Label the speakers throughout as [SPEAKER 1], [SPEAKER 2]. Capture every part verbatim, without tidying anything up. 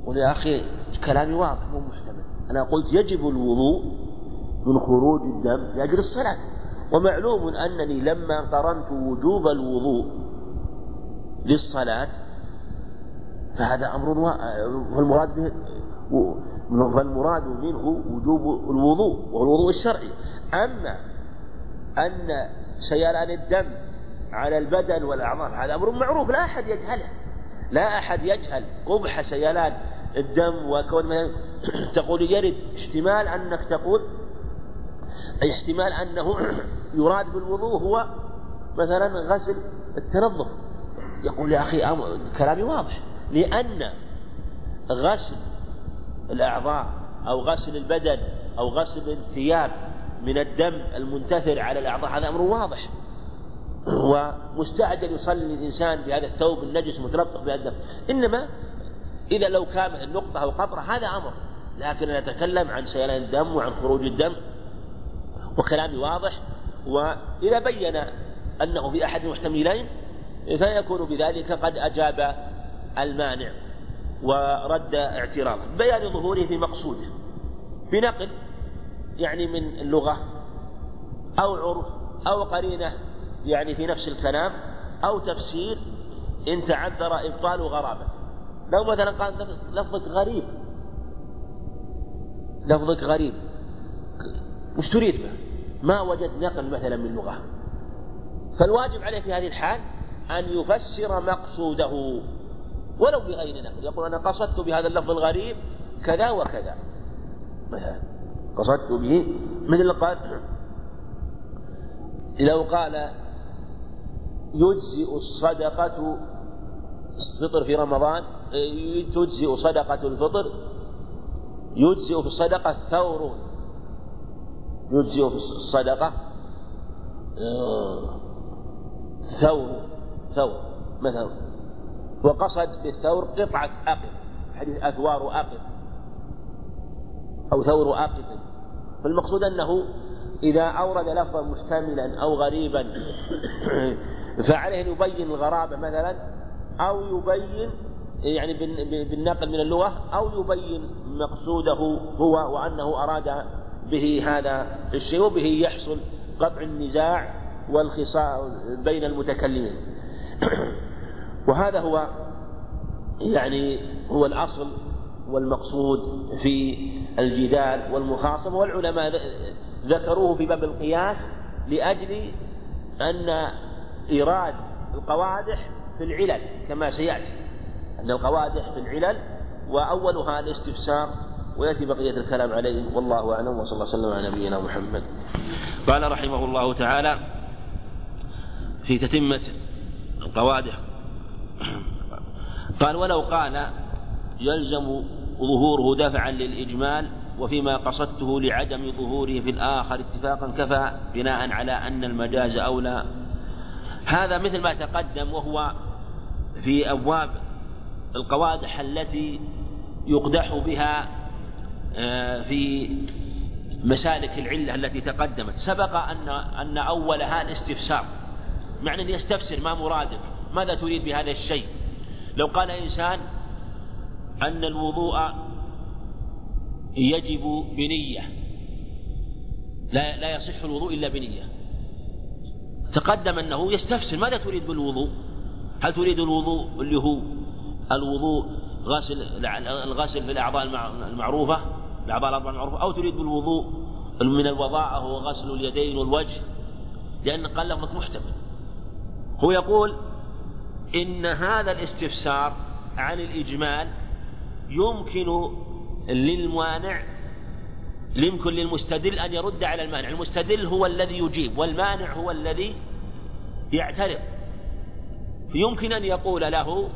[SPEAKER 1] قل يا أخي كلامي واضح مو محتمل، أنا قلت يجب الوضوء من خروج الدم لأجل الصلاة، ومعلوم أنني لما قرنت وجوب الوضوء للصلاة فهذا أمر والمراد به فالمراد منه وجوب الوضوء وهو الوضوء الشرعي. أما أن سيلان الدم على البدن والأعضاء هذا أمر معروف لا أحد يجهله، لا أحد يجهل قبح سيلان الدم. وكون تقول يرد احتمال أنك تقول أي احتمال أنه يراد بالوضوء هو مثلا غسل التنظف، يقول يا أخي كلامي واضح، لأن غسل الأعضاء أو غسل البدن أو غسل الثياب من الدم المنتثر على الأعضاء هذا أمر واضح، ومستعجل يصلي الإنسان بهذا الثوب النجس متلطخ بهذا الدم. إنما إذا لو كان النقطة أو قطرة هذا أمر، لكن نتكلم عن سيلان الدم وعن خروج الدم وكلامي واضح. وإذا بين أنه في أحد المحتملين فيكون بذلك قد أجاب المانع ورد اعتراضه بيان ظهوره في مقصوده بنقل يعني من اللغة أو عرف أو قرينة يعني في نفس الكلام أو تفسير إن تعذر إبطال غرابة. لو مثلا قال لفظك غريب، لفظك غريب مش تريد به، ما وجد نقل مثلا من لغة، فالواجب عليه في هذه الحال أن يفسر مقصوده ولو بغير نقل، يقول أنا قصدت بهذا اللفظ الغريب كذا وكذا مثلا قصدت به، مثل قال لو قال يجزئ الصدقة الفطر في رمضان، تجزئ صدقة الفطر، يجزئ في الصدقة ثور، يجزئ في الصدقة ثور ثور مثلا، وقصد بالثور قطعة أقط، حديث أثوار أقط أو ثور أقط. فالمقصود أنه إذا أورد لفظا محتملا أو غريبا فعليه أن يبين الغرابة مثلا، أو يبين يعني بالنقل من اللغة، أو يبين مقصوده هو وأنه أراد به هذا الشيء، وبه يحصل قطع النزاع والخصام بين المتكلمين. وهذا هو يعني هو الأصل والمقصود في الجدال والمخاصمة. والعلماء ذكروه في باب القياس لأجل أن إيراد القوادح في العلل كما سيأتي، أن القوادح في العلل وأولها الاستفسار، ويأتي بقية الكلام عليه. والله أعلم، وصلى الله وسلم على نبينا محمد. قال رحمه الله تعالى في تتمة القوادح قال ولو قال يلزم ظهوره دفعا للإجمال وفيما قصدته لعدم ظهوره في الآخر اتفاقا كفى بناء على أن المجاز أولى. هذا مثل ما تقدم، وهو في أبواب القوادح التي يقدح بها في مسالك العلة التي تقدمت. سبق أن أن أولها الاستفسار، معنى أن يستفسر ما مرادك، ماذا تريد بهذا الشيء. لو قال إنسان أن الوضوء يجب بنية، لا, لا يصح الوضوء إلا بنية، تقدم أنه يستفسر ماذا تريد بالوضوء، هل تريد الوضوء اللي هو الوضوء غسل الغسل في الأعضاء المعروفة الأعضاء الأربعة المعروفة، أو تريد بالوضوء من الوضاءة هو غسل اليدين والوجه، لأن قال لفظك محتمل. هو يقول إن هذا الاستفسار عن الإجمال يمكن للمانع يمكن للمستدل أن يرد على المانع، المستدل هو الذي يجيب والمانع هو الذي يعترض، فيمكن أن يقول له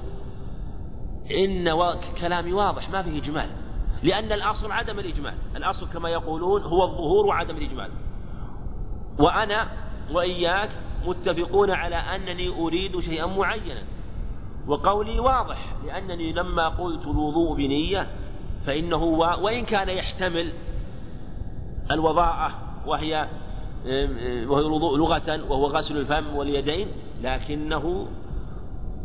[SPEAKER 1] إن كلامي واضح ما فيه إجمال، لأن الأصل عدم الإجمال، الأصل كما يقولون هو الظهور وعدم الإجمال، وأنا وإياك متفقون على أنني أريد شيئا معينا، وقولي واضح لأنني لما قلت الوضوء بنية فإنه وإن كان يحتمل الوضاءة وهي وهي الوضوء لغة وهو غسل الفم واليدين، لكنه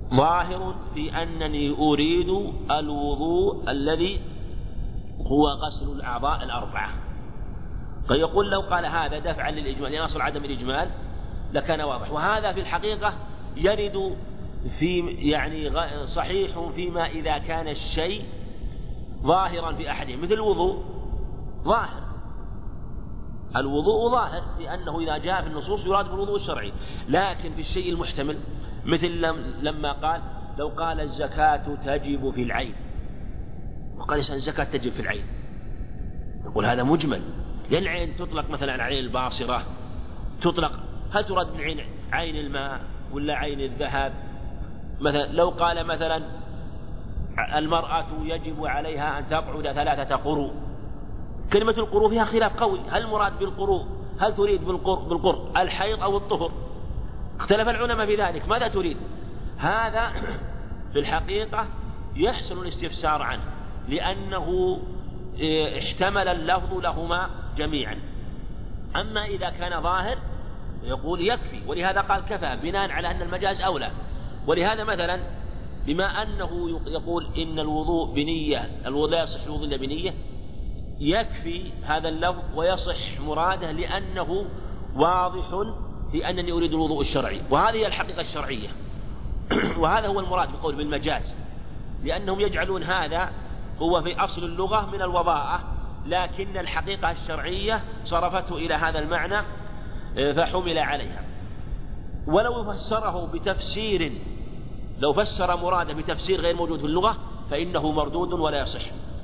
[SPEAKER 1] ظاهر في أنني أريد الوضوء الذي هو غسل الأعضاء الأربعة. قد يقول لو قال هذا دفعا للإجمال لأن أصل عدم الإجمال لكان واضح، وهذا في الحقيقة يرد في يعني صحيح فيما إذا كان الشيء ظاهرا في أحدهم، مثل الوضوء ظاهر، الوضوء ظاهر لأنه إذا جاء في النصوص يراد بالوضوء الشرعي، لكن في الشيء المحتمل مثل لما قال لو قال الزكاة تجب في العين، وقال الزكاة تجب في العين، يقول هذا مجمل، لأن العين تطلق مثلا على عين الباصرة، تطلق هل تراد من عين عين الماء ولا عين الذهب؟ مثلا لو قال مثلا المرأة يجب عليها أن تقعد ثلاثة قروء، كلمة القروء فيها خلاف قوي، هل المراد بالقروء هل تريد بالقرء الحيض أو الطهر؟ اختلف العلماء في ذلك، ماذا تريد؟ هذا في الحقيقة يحصل الاستفسار عنه لأنه احتمل اللفظ لهما جميعا. أما إذا كان ظاهر يقول يكفي، ولهذا قال كفى بناء على أن المجاز أولى. ولهذا مثلا بما أنه يقول إن الوضوء بنية، الوضوء لا يصح الوضوء إلا بنية، يكفي هذا اللفظ ويصح مراده لأنه واضح في أنني أريد الوضوء الشرعي، وهذه هي الحقيقة الشرعية. وهذا هو المراد بقول بالمجاز، لأنهم يجعلون هذا هو في أصل اللغة من الوضاءة، لكن الحقيقة الشرعية صرفته إلى هذا المعنى فحمل عليها. ولو فسره بتفسير، لو فسر مراده بتفسير غير موجود في اللغة فإنه مردود ولا يصح.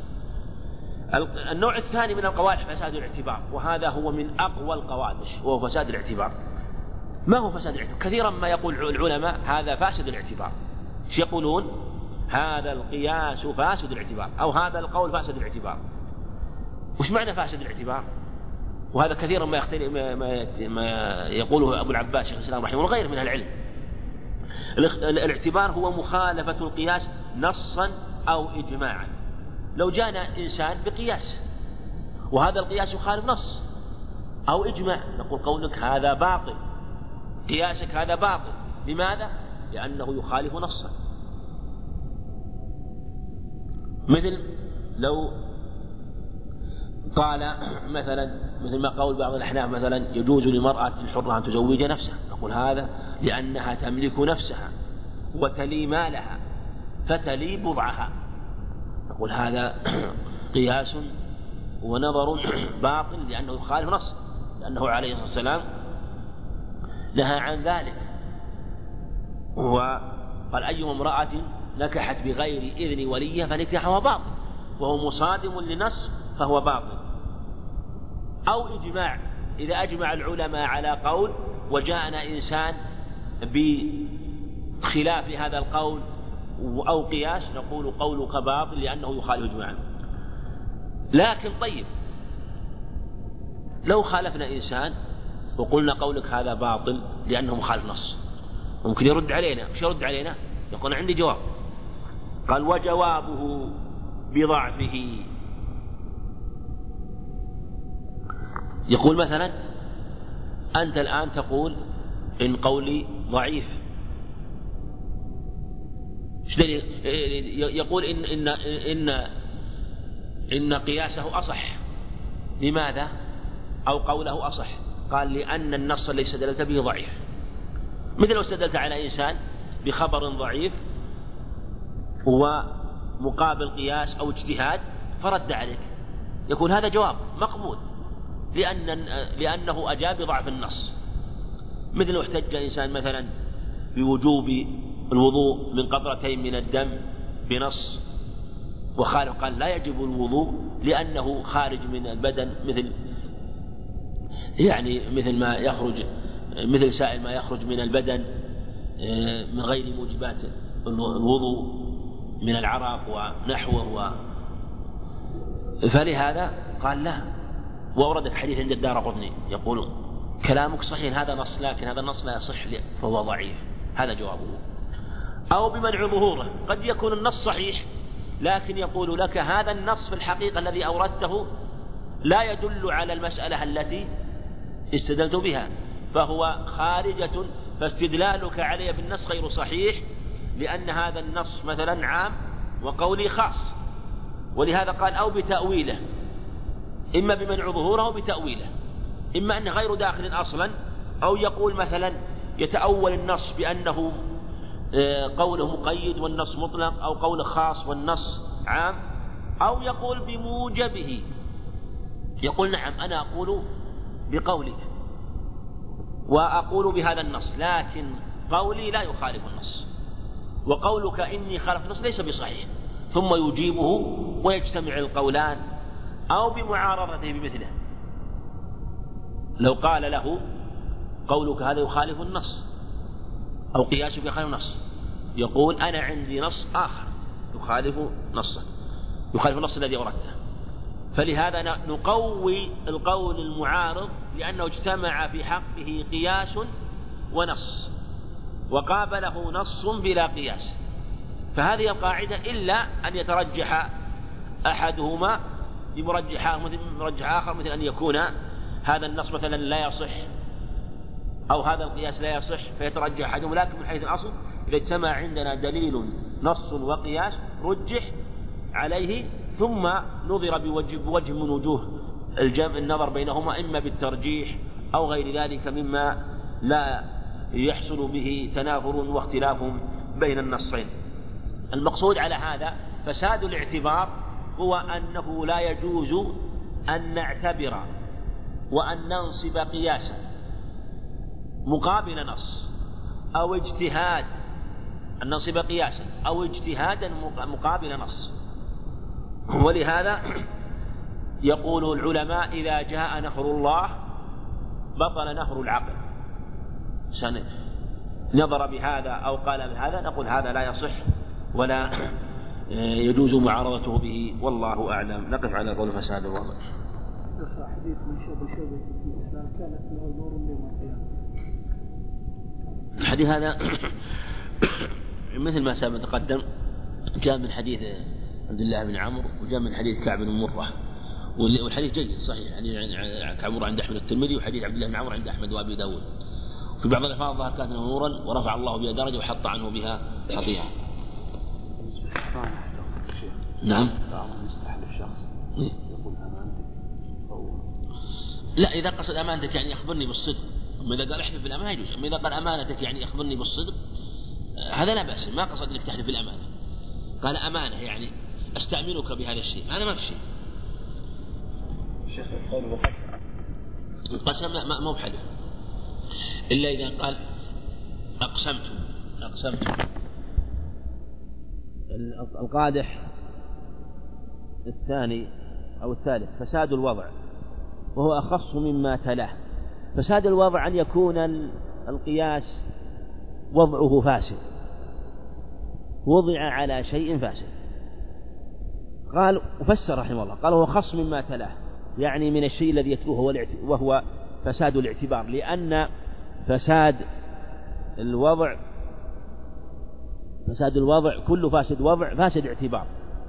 [SPEAKER 1] النوع الثاني من القوادح فساد الاعتبار، وهذا هو من أقوى القوادح، وهو فساد الاعتبار. ما هو فساد الاعتبار؟ كثيرا ما يقول العلماء هذا فاسد الاعتبار. ايش يقولون؟ هذا القياس فاسد الاعتبار، أو هذا القول فاسد الاعتبار. وش معنى فاسد الاعتبار؟ وهذا كثيرا ما, ما, ما, ما يقوله أبو العباس شيخ الإسلام رحمه الله وغيره من العلم. الاعتبار هو مخالفة القياس نصا أو إجماعا. لو جاءنا إنسان بقياس وهذا القياس يخالف نص أو إجماع، نقول قولك هذا باطل، قياسك هذا باطل. لماذا؟ لأنه يخالف نصا. مثل لو قال مثلا مثل ما قول بعض الأحناف مثلا يجوز للمرأة الحرة أن تزوج نفسها، نقول هذا لأنها تملك نفسها وتلي مالها فتلي بضعها، نقول هذا قياس ونظر باطل لأنه يخالف نص، لأنه عليه الصلاة والسلام نهى عن ذلك. وقال أي امرأة نكحت بغير إذن وليها فنكحها باطل، وهو مصادم لنص فهو باطل. أو إجماع، إذا أجمع العلماء على قول وجاءنا إنسان بخلاف هذا القول أو قياس، نقول قولك باطل لأنه يخالف إجماعا. لكن طيب لو خالفنا إنسان وقلنا قولك هذا باطل لأنه مخالف نص، ممكن يرد علينا. مش يرد علينا؟ يقول عندي جواب. قال وجوابه بضعفه. يقول مثلا أنت الآن تقول إن قولي ضعيف، يقول إن إن إن إن قياسه أصح. لماذا؟ أو قوله أصح. قال لأن النص الذي استدلت به ضعيف. مثل لو استدلت على إنسان بخبر ضعيف ومقابل قياس أو اجتهاد فرد عليك، يكون هذا جواب مقبول لأن لأنه أجاب بضعف النص. مثل لو احتج إنسان مثلا بوجوب الوضوء من قطرتين من الدم بنص وخالف قال لا يجب الوضوء لأنه خارج من البدن، مثل يعني مثل ما يخرج مثل سائل ما يخرج من البدن من غير موجبات الوضوء من العرق ونحوه و... فلهذا قال لا. وورد الحديث عند الدارقطني يقول كلامك صحيح هذا نص، لكن هذا النص لا يصح فهو ضعيف. هذا جوابه. أو بمنع ظهوره، قد يكون النص صحيح لكن يقول لك هذا النص في الحقيقة الذي أوردته لا يدل على المسألة التي استدلت بها، فهو خارجة، فاستدلالك عليه بالنص غير صحيح لأن هذا النص مثلا عام وقولي خاص، ولهذا قال أو بتأويله، إما بمنع ظهوره أو بتأويله، إما أنه غير داخل أصلا، أو يقول مثلا يتأول النص بأنه قوله مقيد والنص مطلق، أو قوله خاص والنص عام، أو يقول بموجبه، يقول نعم أنا أقول بقولك وأقول بهذا النص، لكن قولي لا يخالف النص، وقولك إني خالف النص ليس بصحيح، ثم يجيبه ويجتمع القولان، أو بمعارضته بمثله. لو قال له قولك هذا يخالف النص أو قياسك يخالف النص، يقول أنا عندي نص آخر يخالف نصه، يخالف النص الذي أردته، فلهذا نقوي القول المعارض لأنه اجتمع في حقه قياس ونص، وقابله نص بلا قياس، فهذه القاعدة إلا أن يترجح أحدهما بمرجح مرجح آخر، مثل أن يكون هذا النص مثلا لا يصح أو هذا القياس لا يصح فيترجح أحدهما، لكن من حيث الأصل إذا اجتمع عندنا دليل نص وقياس رجح عليه، ثم نظر بوجه, بوجه من وجوه الجمع النظر بينهما، إما بالترجيح أو غير ذلك مما لا يحصل به تنافر واختلاف بين النصين. المقصود على هذا فساد الاعتبار هو أنه لا يجوز أن نعتبر وأن ننصب قياسا مقابل نص أو اجتهاد، أن ننصب قياسا أو اجتهادا مقابل نص. ولهذا يقول العلماء إذا جاء نهر الله بطل نهر العقل، نظر بهذا أو قال بهذا نقول هذا لا يصح ولا يجوز معارضته به، والله أعلم. نقف على قول فساد الوضع.
[SPEAKER 2] حديث من شاب شوبة في الإسلام كانت له نور يوم القيامة.
[SPEAKER 1] الحديث هذا مثل ما سبق تقدم، جاء من حديث عبد الله بن عمرو، وجاء من حديث كعب بن مرة، والحديث جيد صحيح، يعني كعب بن مرة عند أحمد الترمذي، وحديث عبد الله بن عمرو عند أحمد وأبي داود. في بعض الألفاظ ظهر كانت نورا ورفع الله بها درجة وحط عنه بها خطيئة. نعم. لا، إذا قصد أمانتك يعني أخبرني بالصدق، أما إذا قال احلف بالأمانة يجوز، أما إذا قال أمانتك يعني أخبرني بالصدق هذا لا بأس، ما قصد أنك تحلف بالأمانة، قال أمانة يعني أستأمنك بهذا الشيء، هذا ما في شيء.
[SPEAKER 2] الشيخ القول وقسم
[SPEAKER 1] القسم ما مو بحلف، إلا إذا قال أقسمت أقسمت. القادح الثاني أو الثالث فساد الوضع، وهو أخص مما تلاه. فساد الوضع أن يكون القياس وضعه فاسد، وضع على شيء فاسد. قال وفسر رحمه الله قال هو خص مما تلاه، يعني من الشيء الذي يتلوه وهو فساد الاعتبار، لأن فساد الوضع فساد الوضع كل فاسد وضع فاسد اعتبار.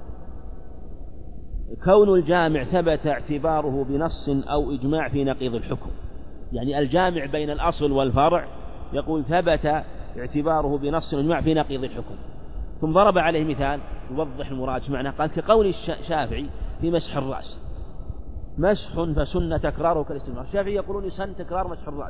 [SPEAKER 1] كون الجامع ثبت اعتباره بنص أو إجماع في نقيض الحكم، يعني الجامع بين الأصل والفرع يقول ثبت اعتباره بنص وإجماع في نقيض الحكم. ثم ضرب عليه مثال يوضح المراد معناه، قال كقول الشافعي في مسح الرأس، مسح فسن تكراره كالاستجمار. الشافعي يقولون يسن تكرار مسح الرأس،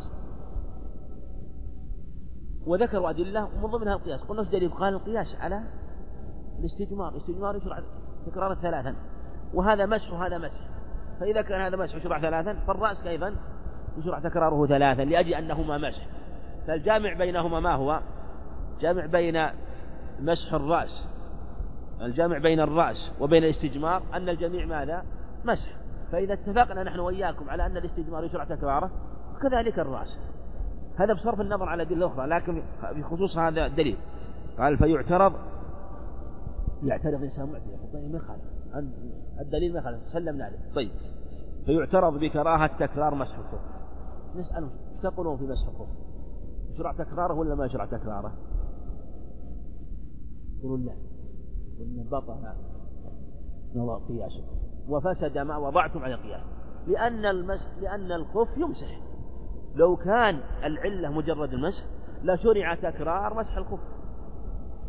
[SPEAKER 1] وذكروا أدلة ومن ضمنها القياس. قلنا ايش دليل؟ قال القياس على الاستجمار، الاستجمار يشرع تكرار ثلاثا، وهذا مسح وهذا مسح، فإذا كان هذا مسح يشرع ثلاثا فالرأس أيضا يشرع تكراره ثلاثا لأجل أنهما مسح. فالجامع بينهما ما هو؟ جامع بين مسح الرأس، الجامع بين الرأس وبين الاستجمار أن الجميع ماذا؟ مسح. فإذا اتفقنا نحن وإياكم على أن الاستجمار يشرع تكراره كذلك الرأس، هذا بصرف النظر على أدلة أخرى، لكن بخصوص هذا الدليل قال فيعترض، يعترض الإنسان معترض طيب ما خالف الدليل ما خالف سلمنا عليه، طيب فيعترض بكراهة تكرار مسح الخف. نسألهم ايش تقولون في مسح الخف؟ يشرع تكراره ولا ما يشرع تكراره؟ يقولون لا، وإن بطل نظر قياسه وفسد ما وضعتم على القياس، لأن المسح لأن الخف يمسح، لو كان العلة مجرد المسح لشرع تكرار مسح الخف،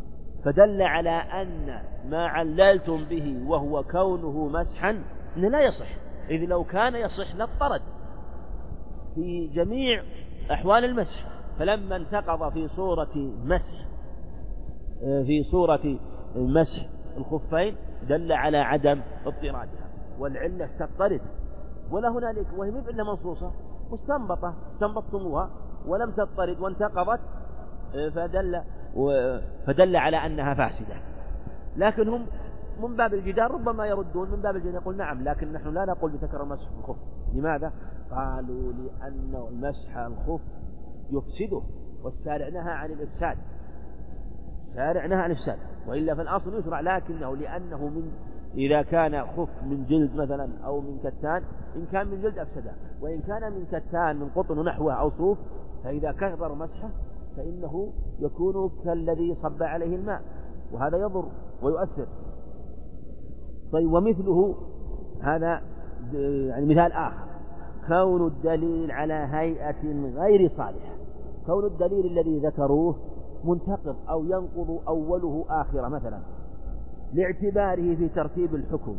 [SPEAKER 1] فدل على أن ما عللتم به وهو كونه مسحا إنه لا يصح، إذ لو كان يصح لاضطرد في جميع أحوال المسح. فلما انتقض في صورة مسح في صورة مسح الخفين دل على عدم اضطرادها، والعلة تضطرد. ولا هنالك وهي مو إلا منصوصة مستنبطة استنبطتموها ولم تضطرد وانتقضت، فدل فدل على أنها فاسدة. لكن هم من باب الجدال ربما يردون من باب الجدال يقول نعم، لكن نحن لا نقول بتكرر مسح الخف. لماذا؟ قالوا لأن مسح الخف يفسده، والشارع نهى عن الإفساد، الشارع نهى عن الإفساد، وإلا فالأصل يشرع، لكنه لأنه من إذا كان خف من جلد مثلا أو من كتان، إن كان من جلد أفسده، وإن كان من كتان من قطن ونحوه أو صوف فإذا كثر مسحه فإنه يكون كالذي صب عليه الماء، وهذا يضر ويؤثر. طيب ومثله هذا يعني مثال آخر، كون الدليل على هيئة غير صالحة، كون الدليل الذي ذكروه منتقض أو ينقض أوله آخرة مثلا لاعتباره في ترتيب الحكم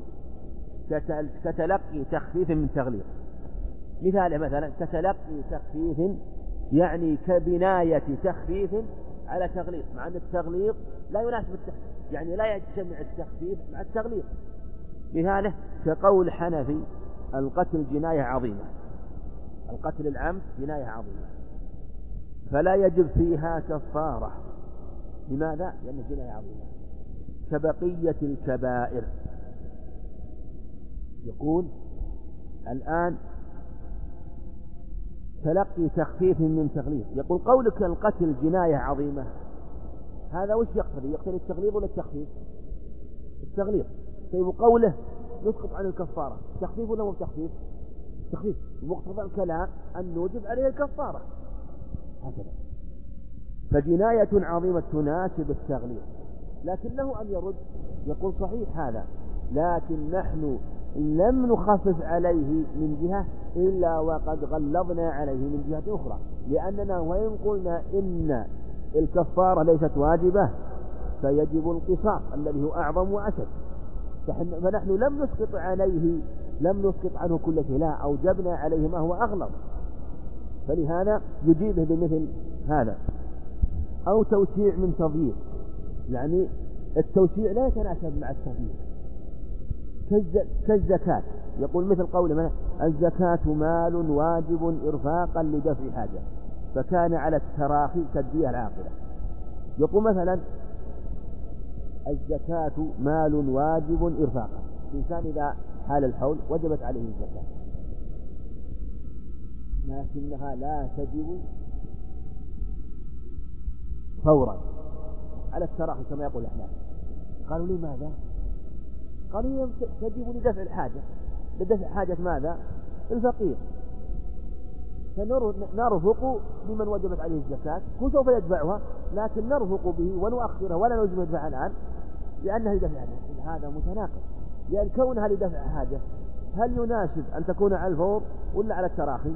[SPEAKER 1] كتلقي تخفيف من تغليظ. مثاله مثلا كتلقي تخفيف يعني كبناية تخفيف على تغليظ، مع أن التغليظ لا يناسب التخفيف، يعني لا يجتمع التخفيف مع التغليظ. مثاله كقول حنفي القتل جناية عظيمة، القتل العمد جناية عظيمة فلا يجب فيها كفارة. لماذا؟ لأنه جناية عظيمة. كبقية الكبائر، يقول الآن تلقي تخفيف من تغليظ، يقول قولك القتل جناية عظيمة هذا وش يقتضي؟ يقتضي التغليظ ولا التخفيف؟ التغليظ. طيب قوله يسقط عن الكفارة تخفيف ولا مو تخفيف؟ تخفيف. مقتضى الكلام أن نوجب عليه الكفارة هكذا. فجناية عظيمة تناسب التغليظ، لكن له أن يرد يقول صحيح هذا، لكن نحن لم نخفف عليه من جهة إلا وقد غلظنا عليه من جهة أخرى، لأننا وإن قلنا إن الكفارة ليست واجبة فيجب القصاص الذي هو أعظم وأشد، فنحن لم نسقط عليه لم نسقط عنه كل شيء، لا أوجبنا عليه ما هو أغلظ، فلهذا يجيبه بمثل هذا. أو توسيع من تضييق، يعني التوسيع لا يتناسب مع التضييق. كالزكاة، يقول مثل قوله الزكاة مال واجب إرفاقا لدفع حاجة فكان على التراخي كالدية العاقلة. يقول مثلا الزكاة مال واجب إرفاقا، الإنسان إذا حال الحول وجبت عليه الزكاة لكنها لا تجب فورا على التراخي كما يقول الأحناف. قالوا لماذا؟ قالوا تجب لدفع الحاجة، لدفع حاجة ماذا؟ الفقير، فنرفق بمن وجبت عليه الزكاة كل سوف يدفعها، لكن نرفق به ونؤخرها ولا نلزم يدفع الآن لأنها لدفع حاجة. هذا متناقض، لأن كونها لدفع حاجة هل يناسب أن تكون على الفور ولا على التراخي؟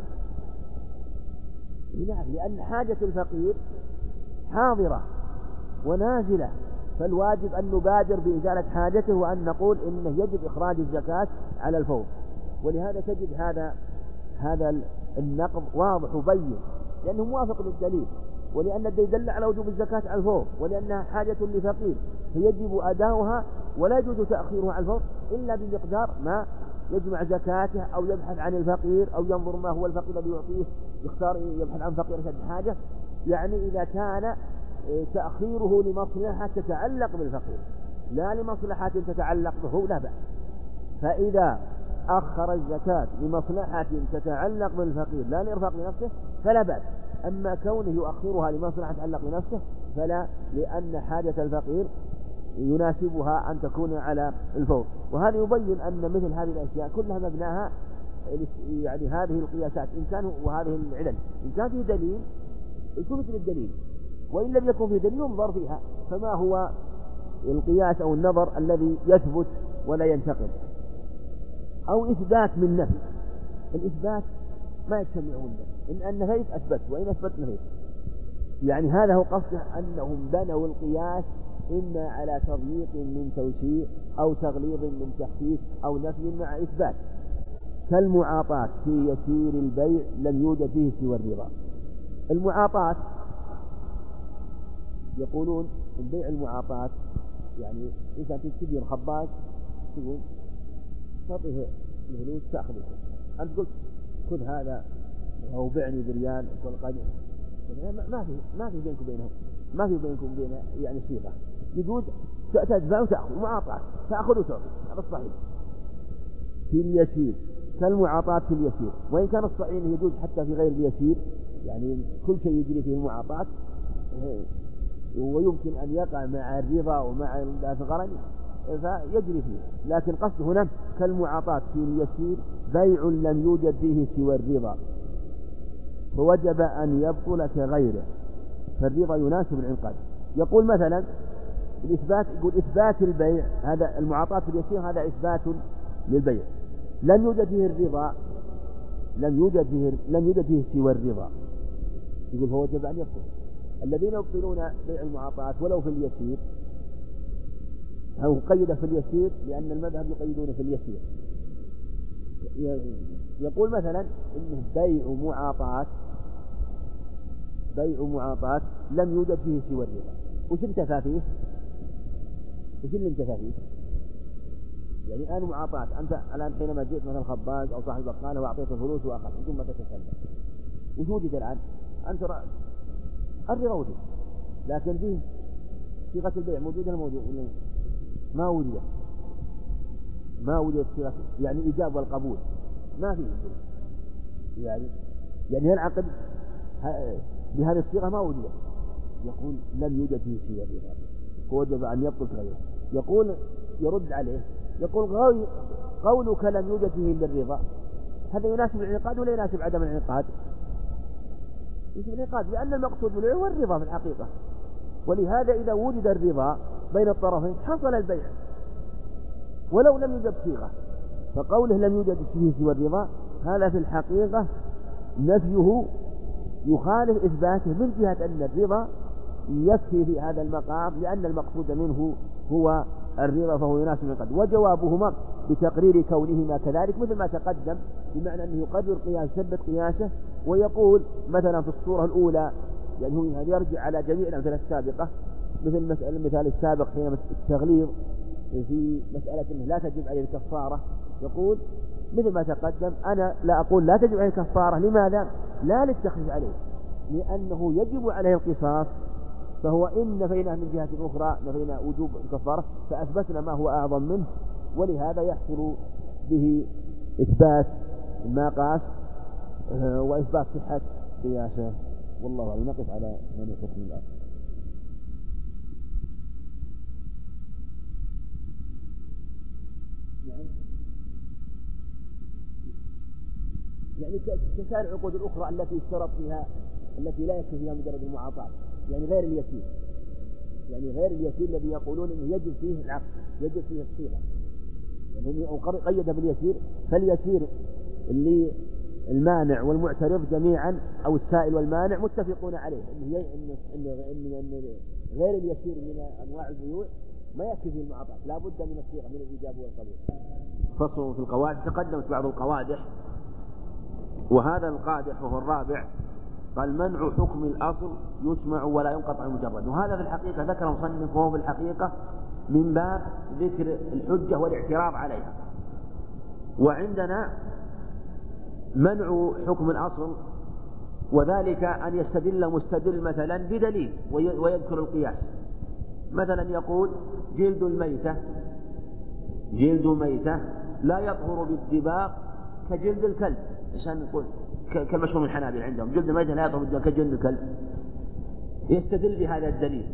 [SPEAKER 1] نعم، لأن حاجة الفقير حاضرة ونازلة، فالواجب أن نبادر بإزالة حاجته وأن نقول إنه يجب إخراج الزكاة على الفور. ولهذا تجد هذا هذا النقض واضح وبين، لأنه موافق للدليل، ولأن الدليل دل على وجوب الزكاة على الفور، ولأنها حاجة لفقير فيجب أداؤها ولا يجوز تأخيرها على الفور إلا بمقدار ما يجمع زكاته أو يبحث عن الفقير أو ينظر ما هو الفقير الذي يعطيه، يختار يبحث عن فقير شد حاجة. يعني إذا كان تأخيره لمصلحة تتعلق بالفقير لا لمصلحة تتعلق به لا بأس. فإذا أخر الزكاة لمصلحة تتعلق بالفقير لا لإرفاق لنفسه فلا بأس، أما كونه يؤخرها لمصلحة تتعلق بنفسه فلا، لأن حاجة الفقير يناسبها أن تكون على الفور. وهذا يبين أن مثل هذه الأشياء كلها مبناها يعني هذه القياسات إن كان وهذه العلل إن كان فيه دليل ثبت للدليل، وإن لم يكن فيه دليل ينظر فيها، فما هو القياس أو النظر الذي يثبت ولا ينتقل. أو إثبات من نفي، الإثبات ما يجتمعون، إن النفي أثبت وإن أثبت نفي، يعني هذا هو قصده أنهم بنوا القياس
[SPEAKER 3] إما على تضييق من توسيع أو تغليظ من تخفيف أو نفي مع إثبات. كالمعاطاة في يسير البيع لم يوجد فيه سوى الرضا. المعاطاة يقولون البيع المعاطاة يعني إذا تشتري الخباز تقول تعطيه الفلوس تأخذ أنت قلت خذ هذا وهو بعني بريال ما في ما في بينكم بينهم ما في بينكم بين يعني صيغة يجوز تدفع وتأخذ معاطاة تأخذ وتعطي هذا الصحيح في اليسير كالمعاطاة في اليسير. وإن كان الصحيح يجوز حتى في غير اليسير يعني كل شيء يجري فيه المعاطاة ويمكن أن يقع مع الرضا ومع الغرض فيجري فيه. لكن قصد هنا كالمعاطاة في اليسير بيع لم يوجد فيه سوى الرضا فوجب أن يبطل كغيره فالرضا يناسب العنقاد. يقول مثلا الإثبات يقول إثبات البيع هذا المعاطاة في اليسير هذا إثبات للبيع لم يوجد فيه الرضا لم يوجد فيه لم يوجد فيه سوى الرضا يقول فوجب أن يبطل. الذين يبطلون بيع المعاطاة ولو في اليسير أو قيد في اليسير لأن المذهب يقيدون في اليسير. يقول مثلا إنه بيع معاطاة بيع معاطاة لم يوجد فيه سوى الرضا. وش انتفى فيه وش اللي انتفى فيه يعني الآن معاطاة أنت الآن حينما جئت مثلا الخباز أو صاحب البقالة وأعطيته فلوس وأخذ ثم تتسلم وش وجد الآن أنت رأى الرضا وجد لكن فيه صيغة البيع موجودة موجودة ما وجد ما وجد صيغة يعني إيجاب والقبول ما فيه يعني يعني العقد بهذه الصيغة ما وجد. يقول لم يوجد فيه سوى الرضا فوجب أن يبطل غيره. يقول يرد عليه يقول قولك لم يوجد فيه إلا الرضا هذا يناسب الانعقاد ولا يناسب عدم الانعقاد؟ يناسب الانعقاد لأن المقصود بالبيع هو الرضا في الحقيقة. ولهذا إذا وجد الرضا بين الطرفين حصل البيع ولو لم يوجد صيغة. فقوله لم يوجد فيه سوى الرضا هذا في الحقيقة نفيه يخالف إثباته من جهة أن الرضا يكفي في هذا المقام لأن المقصود منه هو الرضا فهو يناسب القدر. وجوابهما بتقرير كونهما كذلك مثل ما تقدم بمعنى أنه يقرر قياس ثبت قياسه ويقول مثلا في الصورة الأولى يعني هو يرجع على جميع الأمثلة السابقة مثل مسألة المثال السابق حين التغليظ في مسألة أنه لا تجب عليه الكفارة يقول مثل ما تقدم أنا لا أقول لا تجب عليه الكفارة. لماذا؟ لا للتخفيف عليه لأنه يجب عليه القصاص فهو إن نفينا من جهة أخرى نفينا وجوب الكفارة فأثبتنا ما هو أعظم منه ولهذا يحصل به إثبات ما قاس وإثبات صحة قياسه. والله أعلم. نقف على من يحكم الآخر. نعم يعني كسائر العقود الأخرى التي اشترط فيها التي لا يكفي فيها مجرد المعاطاة يعني غير اليسير يعني غير اليسير الذي يقولون انه يجب فيه العقد يجب فيه الصيغة يعني هم قيد باليسير فاليسير اللي المانع والمعترض جميعا او السائل والمانع متفقون عليه انه إن إن إن إن غير اليسير من انواع البيوع ما يكفي فيه المعاطاة لا بد من الصيغة من الإيجاب والقبول. فصل في القواعد. تقدمت بعض القوادح وهذا القادح وهو الرابع قال منع حكم الأصل يسمع ولا ينقطع مجرد. وهذا في الحقيقة ذكر مصنف وهو في الحقيقة من باب ذكر الحجة والاعتراض عليها. وعندنا منع حكم الأصل وذلك أن يستدل مستدل مثلا بدليل ويذكر القياس مثلا يقول جلد الميتة جلد ميتة لا يطهر بالدباغ كجلد الكلب عشان نقول كالمشهور من الحنابلة عندهم جلد الميتة لا يطهر كجلد الكلب يستدل بهذا الدليل.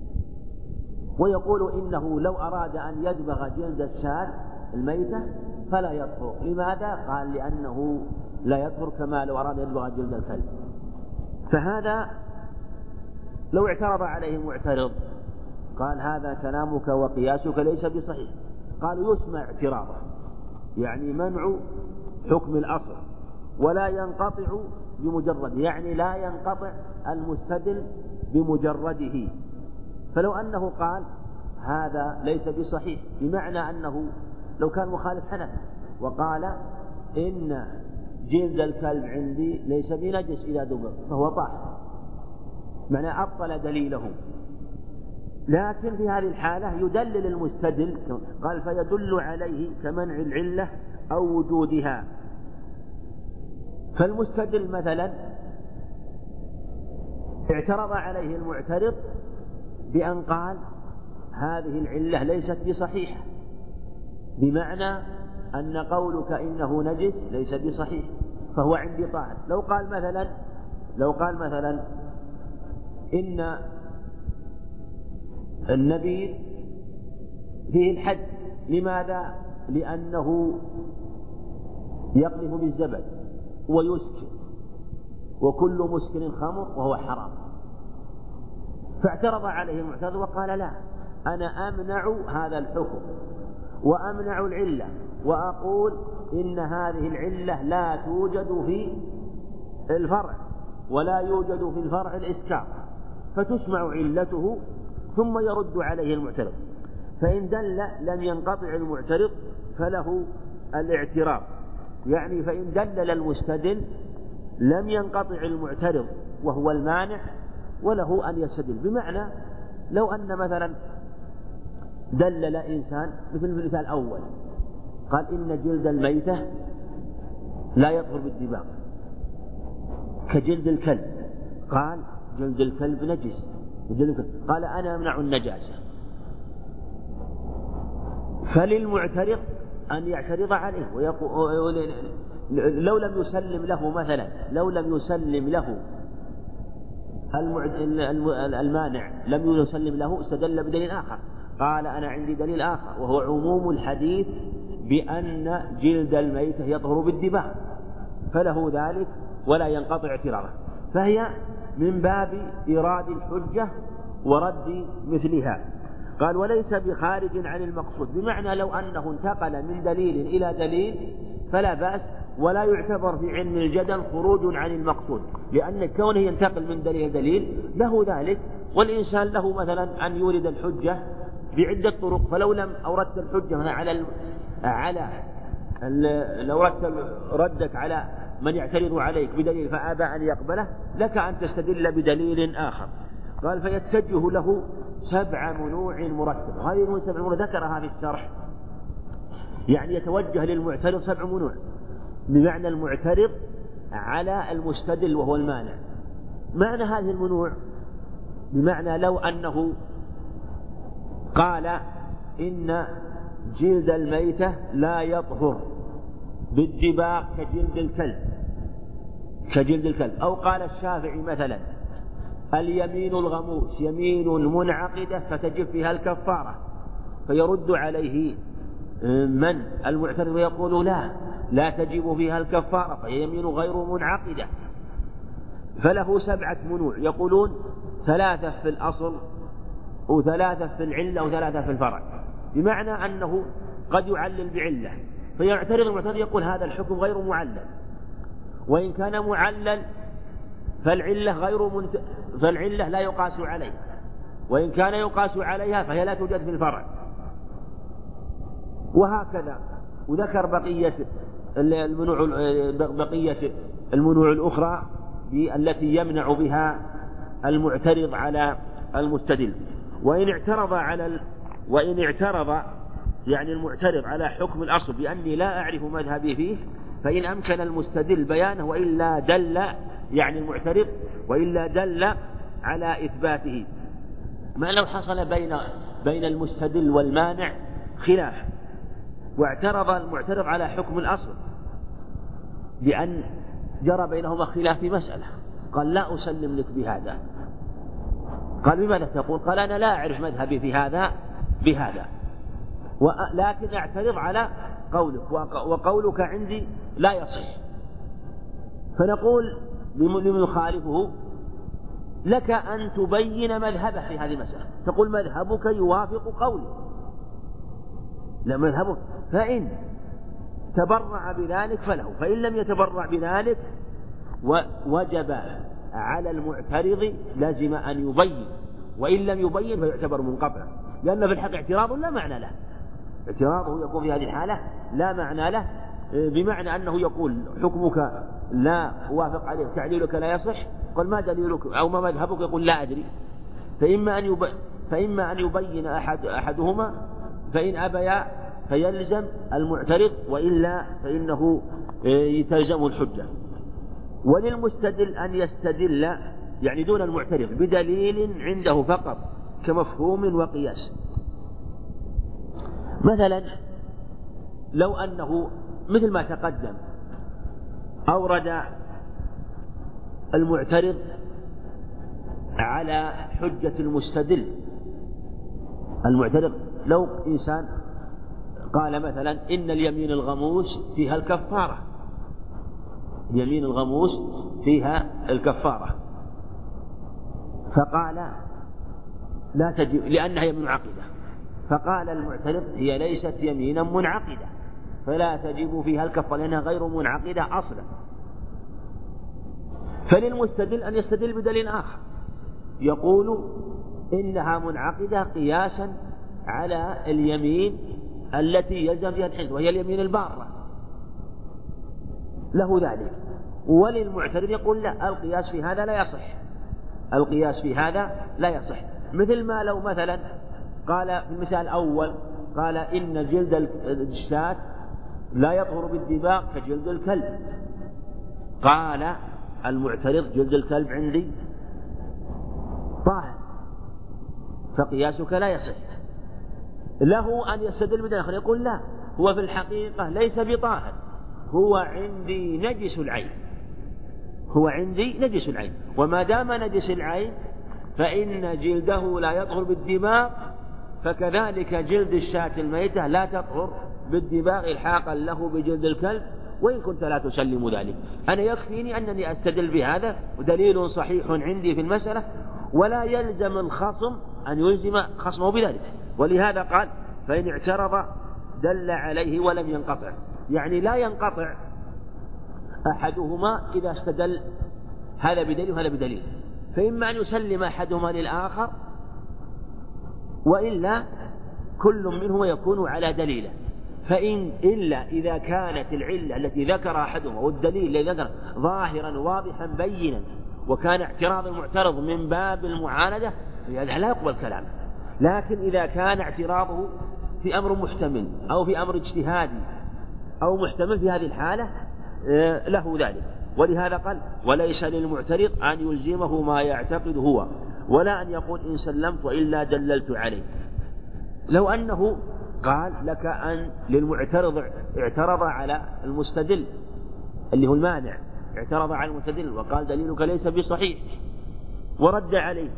[SPEAKER 3] ويقول إنه لو أراد أن يدبغ جلد الشاة الميتة فلا يطهر. لماذا؟ قال لأنه لا يطهر كما لو أراد أن يدبغ جلد الكلب. فهذا لو اعترض عليه معترض قال هذا كلامك وقياسك ليس بصحيح. قالوا يسمع اعتراضه يعني منع حكم الأصل ولا ينقطع بمجرد يعني لا ينقطع المستدل بمجرده. فلو أنه قال هذا ليس بصحيح، بمعنى أنه لو كان مخالف حنفي وقال إن جلد الكلب عندي ليس بنجس إذا دبر فهو طاهر، معنى أبطل دليله. لكن في هذه الحالة يدلل المستدل، قال فيدل عليه كمنع العلة أو وجودها. فالمستدل مثلا اعترض عليه المعترض بأن قال هذه العلة ليست بصحيحة، بمعنى أن قولك إنه نجس ليس بصحيح فهو عندي طاهر. لو قال مثلا لو قال مثلا إن النبي فيه الحد، لماذا؟ لأنه يقذف بالزبد ويسكر، وكل مسكر خمر وهو حرام. فاعترض عليه المعترض وقال لا، أنا أمنع هذا الحكم وأمنع العلة، وأقول إن هذه العلة لا توجد في الفرع ولا يوجد في الفرع الإسكار، فتسمع علته ثم يرد عليه المعترض. فإن دل لم ينقطع المعترض فله الاعتراض، يعني فإن دلل المستدل لم ينقطع المعترض وهو المانع وله أن يستدل. بمعنى لو أن مثلا دلل إنسان مثل المثال الأول قال إن جلد الميتة لا يطهر بالدباغ كجلد الكلب، قال جلد الكلب نجس، قال أنا أمنع النجاسة، فللمعترض أن يعترض عليه ويقول لو لم يسلم له مثلا لو لم يسلم له المانع لم يسلم له استدل بدليل آخر، قال أنا عندي دليل آخر وهو عموم الحديث بأن جلد الميتة يطهر بالدباغ، فله ذلك ولا ينقطع اعتراضه. فهي من باب إيراد الحجة ورد مثلها. قال وليس بخارج عن المقصود، بمعنى لو أنه انتقل من دليل إلى دليل فلا بأس، ولا يعتبر في علم الجدل خروج عن المقصود، لأن كونه ينتقل من دليل إلى دليل له ذلك. والإنسان له مثلا أن يورد الحجة بعدة طرق، فلو لم أوردت الحجة على على لو ردك على من يعترض عليك بدليل فأبى أن يقبله لك أن تستدل بدليل آخر. قال فيتجه له سبع منوع مرتبة، وهذه السبع منوع ذكرها في الشرح، يعني يتوجه للمعترض سبع منوع، بمعنى المعترض على المستدل وهو المانع. معنى هذه المنوع بمعنى لو أنه قال إن جلد الميتة لا يطهر بالدباغ كجلد الكلب كجلد الكلب أو قال الشافعي مثلا اليمين الغموس يمين منعقدة فتجب فيها الكفارة، فيرد عليه من المعترض ويقول لا لا تجب فيها الكفارة فهي يمين غير منعقدة. فله سبعة منوع، يقولون ثلاثة في الأصل وثلاثة في العلة وثلاثة في الفرع، بمعنى أنه قد يعلل بعلة فيعترض المعترض يقول هذا الحكم غير معلل، وإن كان معلل فالعلة غير منت... فالعلة لا يقاس عليه، وإن كان يقاس عليها فهي لا توجد في الفرع، وهكذا. وذكر بقية المنوع بقية المنوع الأخرى التي يمنع بها المعترض على المستدل. وإن اعترض على ال... وإن اعترض يعني المعترض على حكم الأصل بأني لا أعرف مذهبي فيه، فإن أمكن المستدل بيانه وإلا دل يعني المعترض وإلا دل على إثباته. ما لو حصل بين بين المستدل والمانع خلاف، واعترض المعترض على حكم الأصل بأن جرى بينهما خلاف في مسألة، قال لا أسلم لك بهذا، قال بماذا تقول؟ قال أنا لا أعرف مذهبي في هذا بهذا، ولكن أعترض على قولك وقولك عندي لا يصح. فنقول لمن يخالفه لك أن تبين مذهبه في هذه المسألة، تقول مذهبك يوافق قولي، لا مذهبك، فإن تبرع بذلك فله، فإن لم يتبرع بذلك وجب على المعترض لازم أن يبين، وإن لم يبين فيعتبر منقطع. لأن في الحق اعتراض لا معنى له، اعتراضه يكون في هذه الحالة لا معنى له، بمعنى أنه يقول حكمك لا أوافق عليه، تعليلك لا يصح، قل ما دليلك أو ما مذهبك، يقول لا أدري. فإما أن يبين, فإما أن يبين أحد أحدهما، فإن أبيا فيلزم المعترض، وإلا فإنه يتلزمه الحجة. وللمستدل أن يستدل يعني دون المعترض بدليل عنده فقط كمفهوم وقياس. مثلا لو أنه مثل ما تقدم أورد المعترض على حجة المستدل، المعترض لو إنسان قال مثلا إن اليمين الغموس فيها الكفارة، يمين الغموس فيها الكفارة، فقال لا تجب لأنها يمين منعقدة، فقال المعترض هي ليست يمينا منعقدة فلا تجب فيها الكفارة لأنها غير منعقدة أصلا. فللمستدل أن يستدل بدليل آخر يقول إنها منعقدة قياسا على اليمين التي يلزم فيها الحنث وهي اليمين البارة، له ذلك. وللمعترض يقول لا، القياس في هذا لا يصح، القياس في هذا لا يصح. مثل ما لو مثلا قال في المثال الأول قال إن جلد الشاة لا يطهر بالدباغ كجلد الكلب، قال المعترض جلد الكلب عندي طاهر فقياسك لا يصح. له أن يستدل بدليل آخر يقول لا، هو في الحقيقة ليس بطاهر، هو عندي نجس العين، هو عندي نجس العين، وما دام نجس العين فإن جلده لا يطهر بالدماغ، فكذلك جلد الشاة الميتة لا تطهر بالدماغ إلحاقا له بجلد الكلب، وإن كنت لا تسلم ذلك. أنا يكفيني أنني أستدل بهذا ودليل صحيح عندي في المسألة، ولا يلزم الخصم أن يلزم خصمه بذلك. ولهذا قال فإن اعترض دل عليه ولم ينقطع، يعني لا ينقطع أحدهما إذا استدل هذا بدليل وهذا بدليل، فإما أن يسلم أحدهما للآخر، وإلا كل منهما يكون على دليله. فإن إلا إذا كانت العلة التي ذكر أحدهما والدليل الذي ذكر ظاهرا واضحا بينا، وكان اعتراض المعترض من باب المعاندة، فهذا لا يقبل كلامه. لكن إذا كان اعتراضه في أمر محتمل أو في أمر اجتهادي أو محتمل، في هذه الحالة له ذلك. ولهذا قال وليس للمعترض أن يلزمه ما يعتقد هو، ولا أن يقول إن سلمت وإلا دللت عليه. لو أنه قال لك أن للمعترض اعترض على المستدل اللي هو المانع، اعترض على المستدل وقال دليلك ليس بصحيح ورد عليه،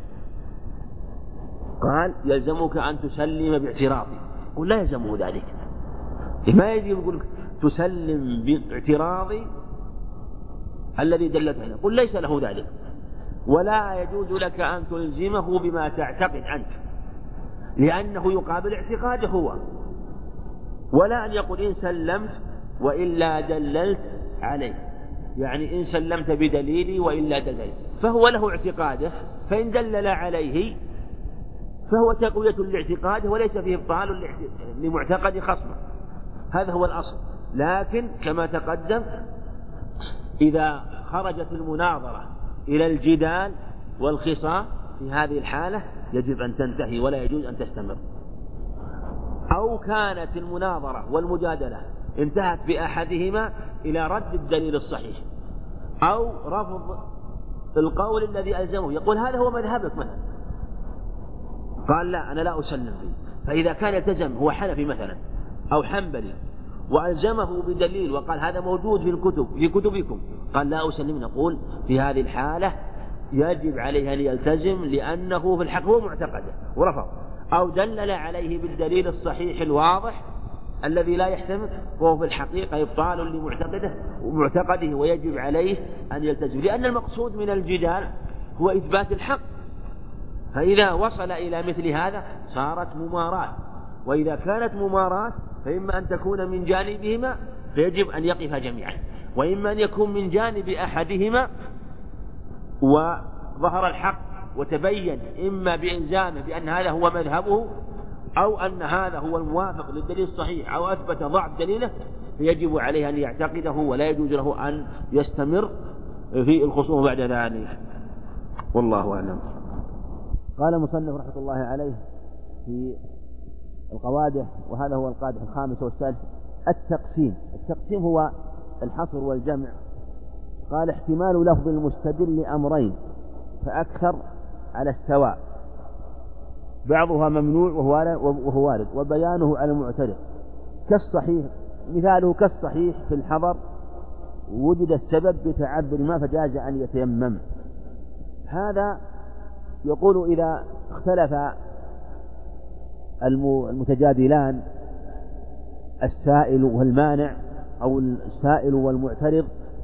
[SPEAKER 3] قال يلزمك أن تسلم باعتراضي، قل لا يلزمه ذلك، ما يجب يقول تسلم باعتراضي الذي دلت عليه، قل ليس له ذلك. ولا يجوز لك أن تلزمه بما تعتقد أنت، لأنه يقابل اعتقاده هو. ولا أن يقول إن سلمت وإلا دللت عليه، يعني إن سلمت بدليلي وإلا دللت، فهو له اعتقاده، فإن دلل عليه فهو تقوية لاعتقاده وليس فيه إبطال لمعتقد خصمه، هذا هو الأصل. لكن كما تقدم إذا خرجت المناظرة إلى الجدال والخصام في هذه الحالة يجب أن تنتهي ولا يجوز أن تستمر. أو كانت المناظرة والمجادلة انتهت بأحدهما إلى رد الدليل الصحيح أو رفض القول الذي ألزمه، يقول هذا هو مذهبك مثلا، قال لا أنا لا أسلم به. فإذا كان يلتزم هو حنفي مثلا أو حنبلي وألزمه بدليل وقال هذا موجود في الكتب في كتبكم، قال لا أسلم، نقول في هذه الحالة يجب عليه أن يلتزم لأنه في الحق هو معتقده ورفض، أو دلل عليه بالدليل الصحيح الواضح الذي لا يحتمل، وهو في الحقيقة إبطال لمعتقده ومعتقده، ويجب عليه أن يلتزم، لأن المقصود من الجدال هو إثبات الحق. فإذا وصل إلى مثل هذا صارت مماراة، وإذا كانت مماراة فإما أن تكون من جانبهما فيجب أن يقف جميعا، وإما أن يكون من جانب أحدهما وظهر الحق وتبين إما بإلزامه بأن هذا هو مذهبه
[SPEAKER 1] أو أن هذا هو الموافق للدليل الصحيح أو أثبت ضعف دليله، فيجب عليه أن يعتقده ولا يجوز له أن يستمر في الخصوم بعد ذلك. والله أعلم.
[SPEAKER 3] قال المصنف رحمة الله عليه في القوادح، وهذا هو القادح الخامس والسادس: التقسيم. التقسيم هو الحصر والجمع. قال: احتمال لفظ المستدل أمرين فأكثر على السواء، بعضها ممنوع وهو وارد، وبيانه على المعترض كالصحيح. مثاله كالصحيح في الحضر وجد السبب بتعذر ما فجاز أن يتيمم. هذا يقول إذا اختلف المتجادلان السائل والمانع أو السائل والمعترض،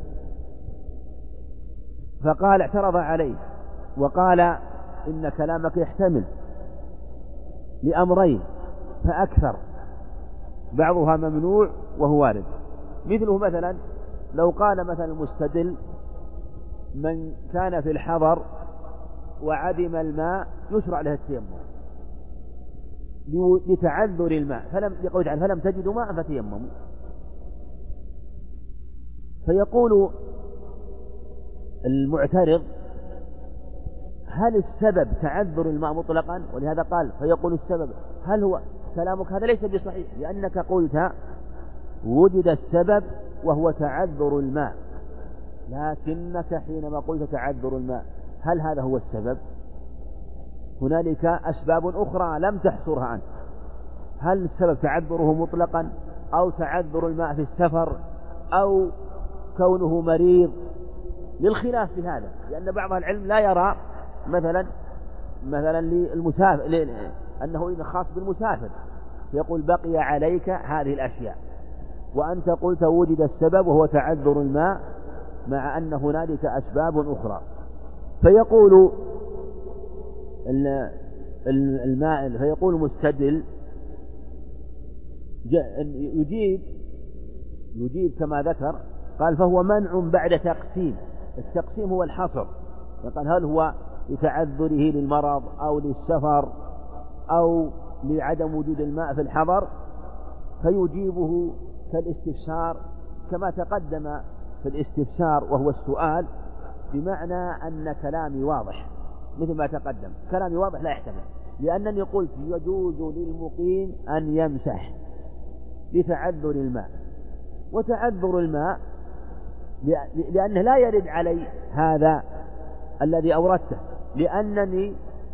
[SPEAKER 3] فقال اعترض عليه وقال إن كلامك يحتمل لأمرين فأكثر، بعضها ممنوع وهو وارد. مثله مثلا لو قال مثلا المستدل: من كان في الحضر وعدم الماء يشرع له التيمم لتعذر الماء، فلم يقول تعالى: فلم تجدوا ماء فتيمموا. فيقول المعترض: هل السبب تعذر الماء مطلقا؟ ولهذا قال فيقول السبب هل هو كلامك هذا ليس بصحيح، لأنك قلت وجد السبب وهو تعذر الماء، لكنك حينما قلت تعذر الماء هل هذا هو السبب؟ هنالك أسباب أخرى لم تحصرها أنت. هل السبب تعذره مطلقا أو تعذر الماء في السفر أو كونه مريض؟ للخلاف في هذا، لأن بعض العلم لا يرى مثلا مثلا للمسافر أنه إذا خاص بالمسافر يقول بقي عليك هذه الأشياء، وأنت قلت وجد السبب وهو تعذر الماء مع أن هنالك أسباب أخرى. فيقول الماء فيقول المستدل يجيب يجيب كما ذكر، قال: فهو منع بعد تقسيم. التقسيم هو الحصر، قال: هل هو لتعذره للمرض أو للسفر أو لعدم وجود الماء في الحضر، فيجيبه كالاستفسار كما تقدم في الاستفسار وهو السؤال، بمعنى أن كلامي واضح مثل ما تقدم. كلامي واضح لا يحتمل، لأنني قلت يجوز للمقيم أن يمسح لتعذر الماء، وتعذر الماء لأنه لا يرد علي هذا الذي أوردته، لأنني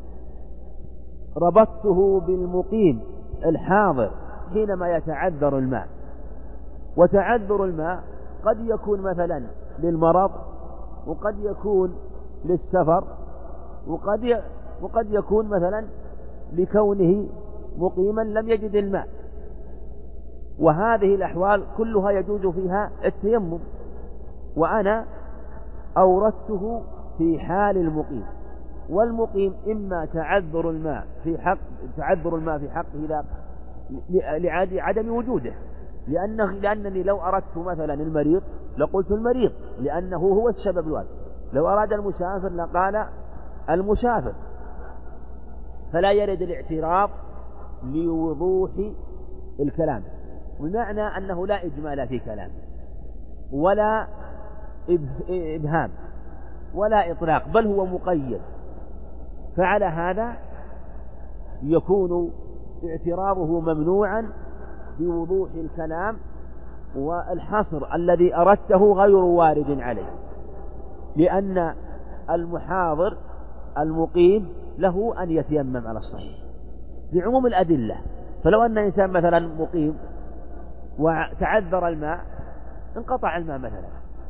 [SPEAKER 3] ربطته بالمقيم الحاضر حينما يتعذر الماء. وتعذر الماء قد يكون مثلا للمرض، وقد يكون للسفر، وقد وقد يكون مثلا لكونه مقيما لم يجد الماء، وهذه الأحوال كلها يجوز فيها التيمم، وأنا أوردته في حال المقيم. والمقيم إما تعذر الماء في حق تعذر الماء في حقه لعدم وجوده، لأنه لأنني لو أردت مثلا المريض لقلت المريض لأنه هو السبب الواجب، لو أراد المسافر لقال المسافر. فلا يرد الاعتراض لوضوح الكلام، بمعنى أنه لا إجمال في كلام ولا إبهام ولا إطلاق، بل هو مقيد. فعلى هذا يكون اعتراضه ممنوعا بوضوح الكلام، والحصر الذي أردته غير وارد عليه، لأن المحاضر المقيم له أن يتيمم على الصحيح بعموم الأدلة. فلو أن إنسان مثلا مقيم وتعذر الماء انقطع الماء مثلا،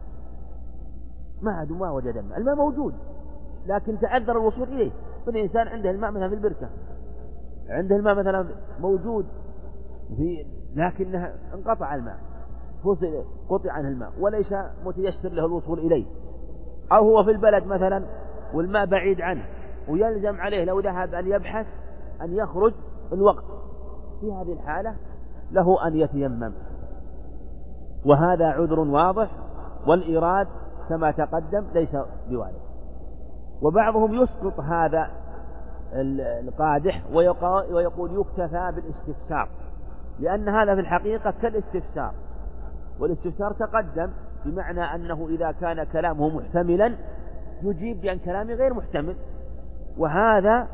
[SPEAKER 3] ما عاد ما وجد الماء، الماء موجود لكن تعذر الوصول إليه. فالإنسان عنده الماء مثلا في البركة، عنده الماء مثلا موجود في لكنه انقطع الماء، قطع عنه الماء وليس متيسر له الوصول إليه، أو هو في البلد مثلا والماء بعيد عنه ويلزم عليه لو ذهب أن يبحث أن يخرج الوقت، في هذه الحالة له أن يتيمم، وهذا عذر واضح، والإيراد كما تقدم ليس بوارد. وبعضهم يسقط هذا القادح ويقول يكتفى بالاستفسار، لأن هذا في الحقيقة كالاستفسار، والاستفسار تقدم بمعنى أنه إذا كان كلامه محتملا يجيب بأن كلامه غير محتمل، وهذا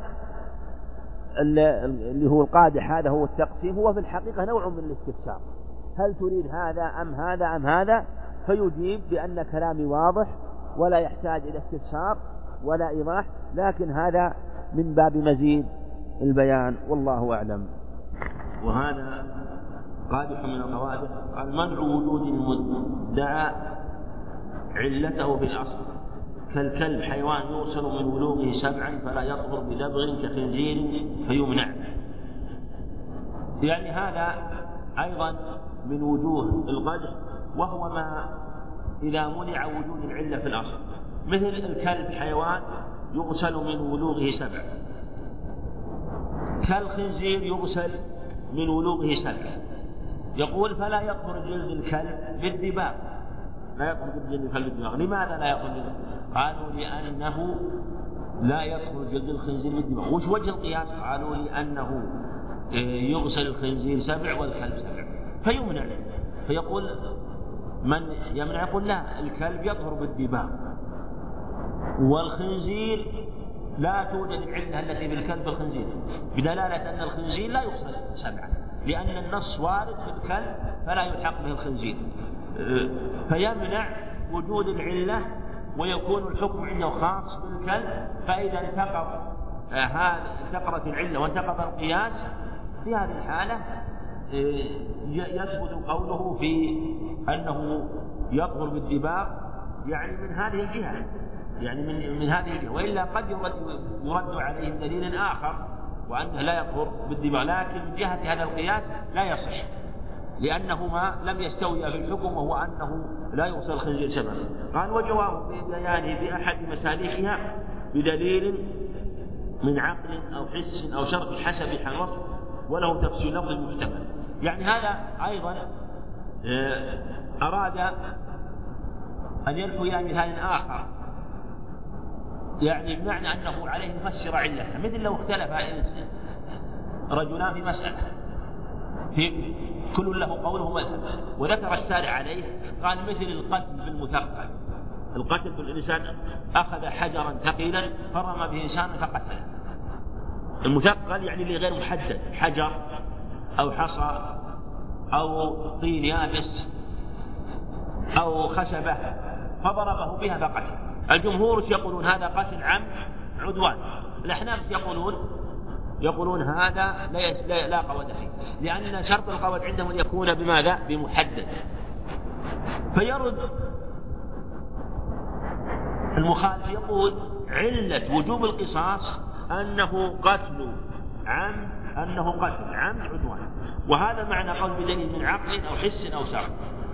[SPEAKER 3] اللي هو القادح هذا هو التقسيم، هو في الحقيقة نوع من الاستفسار، هل تريد هذا أم هذا أم هذا، فيجيب بأن كلامي واضح ولا يحتاج إلى استفسار ولا إيضاح، لكن هذا من باب مزيد البيان، والله أعلم.
[SPEAKER 1] وهذا قادح من القوادح. قال منع وجود المدعى علته في الأصل كالكلب حيوان يوصل من بلوغه سبعا فلا يطهر بدبغ كخنزير فيمنع، يعني هذا أيضا من وجوه القدح، وهو ما إذا منع وجود العلة في الأصل، مثل الكلب حيوان يغسل من بلوغه سبع، كالخنزير يغسل من بلوغه سبع، يقول فلا يطهر جلد الكلب بالدباغ، لا يطهر جلد الكلب بالدباغ. لماذا لا يطهر جلد؟ قالوا لأنه لا يطهر جلد الخنزير بالدباغ. وش وجه القياس؟ قالوا لأنه يغسل الخنزير سبع والكلب سبع فيمنع. فيقول من يمنع يقول لا، الكلب يطهر بالدباغ، والخنزير لا توجد العلة التي بالكلب والخنزير، بدلالة أن الخنزير لا يغسل سبعا، لأن النص وارد في الكلب فلا يلحق به الخنزير، فيمنع وجود العلة ويكون الحكم عنده خاص بالكلب. فإذا انتقض هذا انتقضت العلة وانتقض القياس، في هذه الحالة يثبت قوله في أنه يطهر بالدباغ، يعني من هذه الجهة، يعني من, من هذه الجهة. وإلا قد يرد, يرد عليه دليل آخر وأنه لا يطهر بالدباغ، لكن من جهة هذا القياس لا يصح، لأنهما لم يستويا في الحكم، وهو أنه لا يغسل الخنزير سبعا. قال وجواب ببيانه بأحد مسالكها بدليل من عقل أو حس أو شرع حسب الوصف، وله تفسير لفظ محتمل. يعني هذا أيضا أراد أن يلقي مثال آخر، يعني بمعنى أنه عليه يفسر علته، مثل لو اختلف رجلان في مسألة في كل له قوله مذهب، وذكر الشارع عليه قال مثل القتل بالمثقل، القتل بالإنسان أخذ حجرا ثقيلا فرمى به إنسانا فقتله. المثقل يعني اللي غير محدد، حجر أو حصى أو طين يابس أو خشبة فضربه بها فقتل. الجمهور يقولون هذا قتل عمد عدوان، الأحناف يقولون يقولون هذا لا لا قود فيه، لأن شرط القود عندهم أن يكون بماذا؟ بمحدد. فيرد المخالف يقول علة وجوب القصاص أنه قتل عمد، أنه قتل عمد عدوان، وهذا معنى قول بدليل من عقل أو حس أو شرع،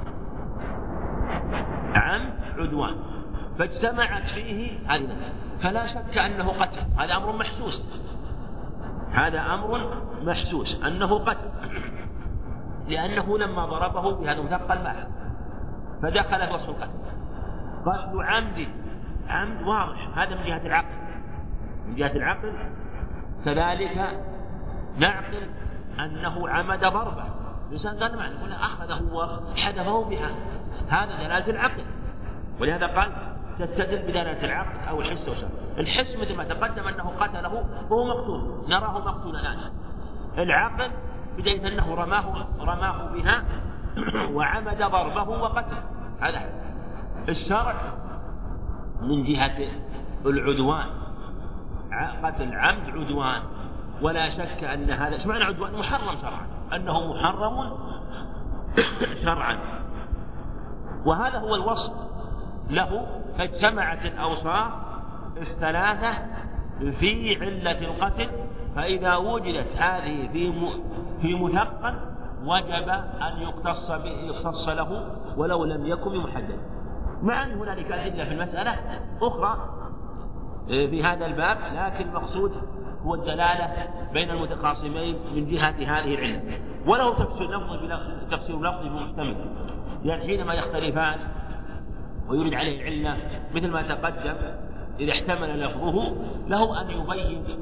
[SPEAKER 1] عمد عدوان فاجتمعت فيه هذه، فلا شك أنه قتل، هذا أمر محسوس، هذا أمر محسوس أنه قتل، لأنه لما ضربه بهذا مثقل مات فدخل في وصف القتل. قتل عمد، عمد واضح، هذا من جهة العقل، من جهة العقل كذلك نعقل أنه عمد ضربه، الإنسان قال معنا يقول أخذه وحدفه بها، هذا دلالة العقل، ولهذا قال تستدل بدلالة العقل أو الحس والشرع. الحس مثل ما تقدم أنه قتله وهو مقتول، نراه مقتولا الآن، العقل بدليل أنه رماه رماه بها وعمد ضربه وقتل، هذا الشرع من جهة العدوان، قتل عمد عدوان، ولا شك أن هذا ايش معنى عدوان؟ محرم شرعا، أنه محرم شرعا، وهذا هو الوصف له. فاجتمعت الأوصاف الثلاثة في علة القتل، فإذا وجدت هذه في في مثقل وجب أن يقتص يقتص له ولو لم يكن بمحدد، مع أن هنالك أدلة في المسألة أخرى في هذا الباب، لكن المقصود هو الدلالة بين المتخاصمين من جهة هذه العلة، وله تفسير لفظي تفسير لفظي محتمل، يعني حينما يختلفان ويريد عليه العلة مثل ما تقدم، إذا احتمل لفظه له أن يبين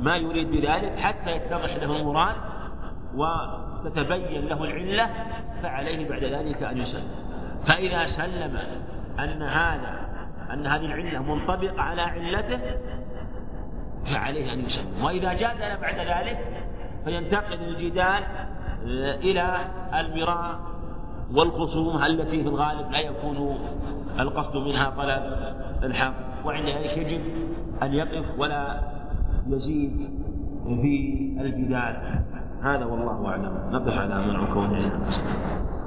[SPEAKER 1] ما يريد بذلك حتى يتضح له المراد وتتبين له العلة، فعليه بعد ذلك أن يسلم. فإذا سلم أن هذا أن هذه العلة منطبقة على علته فعليه أن يسلم. وإذا جادل بعد ذلك فينتقل الجدال إلى المراء والخصوم التي في الغالب لا يكون القصد منها طلب الحق، وعند ذلك يجب أن يقف ولا يزيد في الجدال. هذا والله أعلم. نقف على منع كون